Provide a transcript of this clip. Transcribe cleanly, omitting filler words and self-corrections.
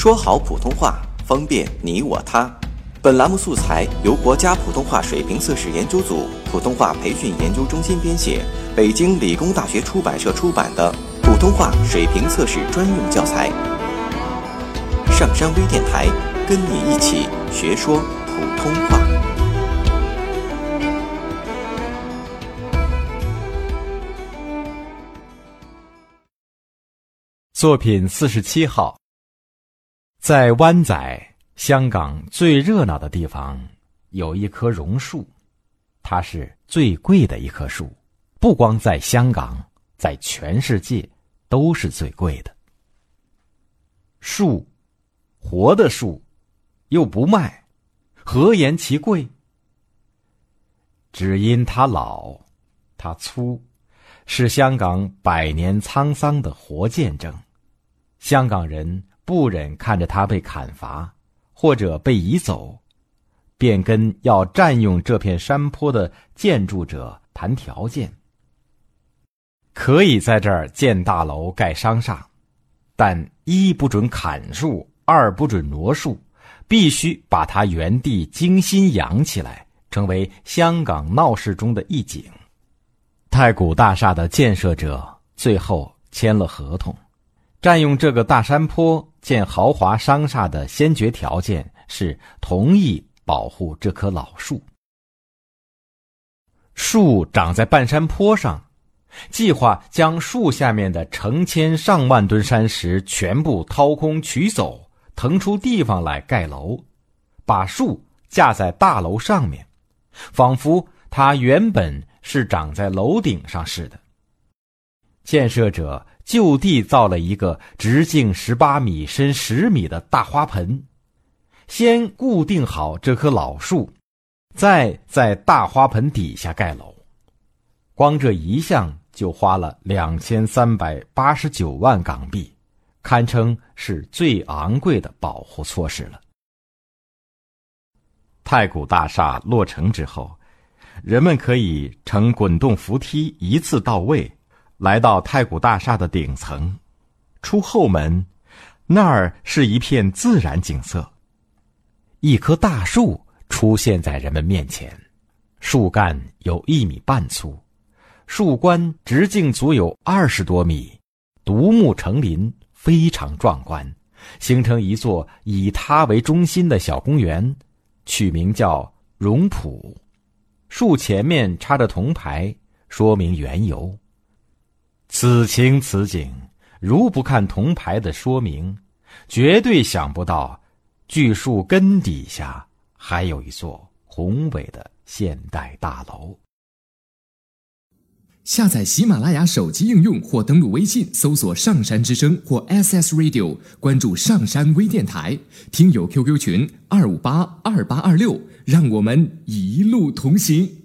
说好普通话，方便你我他。本栏目素材由国家普通话水平测试研究组普通话培训研究中心编写，北京理工大学出版社出版的普通话水平测试专用教材。上山微电台，跟你一起学说普通话。 作品47号。在湾仔，香港最热闹的地方有一棵榕树，它是最贵的一棵树，不光在香港，在全世界都是最贵的。树，活的树，又不卖，何言其贵？只因它老，它粗，是香港百年沧桑的活见证。香港人不忍看着它被砍伐或者被移走，便跟要占用这片山坡的建筑者谈条件。可以在这儿建大楼盖商厦，但一不准砍树，二不准挪树，必须把它原地精心养起来，成为香港闹市中的一景。太古大厦的建设者最后签了合同，占用这个大山坡建豪华商厦的先决条件是同意保护这棵老树。树长在半山坡上，计划将树下面的成千上万吨山石全部掏空取走，腾出地方来盖楼，把树架在大楼上面，仿佛它原本是长在楼顶上似的。建设者就地造了一个直径18米、深10米的大花盆，先固定好这棵老树，再在大花盆底下盖楼。光这一项就花了2389万港币，堪称是最昂贵的保护措施了。太古大厦落成之后，人们可以乘滚动扶梯一次到位，来到太古大厦的顶层，出后门，那儿是一片自然景色。一棵大树出现在人们面前，树干有1米半粗，树冠直径足有20多米，独木成林，非常壮观，形成一座以它为中心的小公园，取名叫榕圃。树前面插着铜牌，说明缘由。此情此景，如不看铜牌的说明，绝对想不到巨树根底下还有一座宏伟的现代大楼。 下载喜马拉雅手机应用或登录微信搜索上山之声或 SS Radio， 关注上山微电台，听友 QQ 群2582826，让我们一路同行。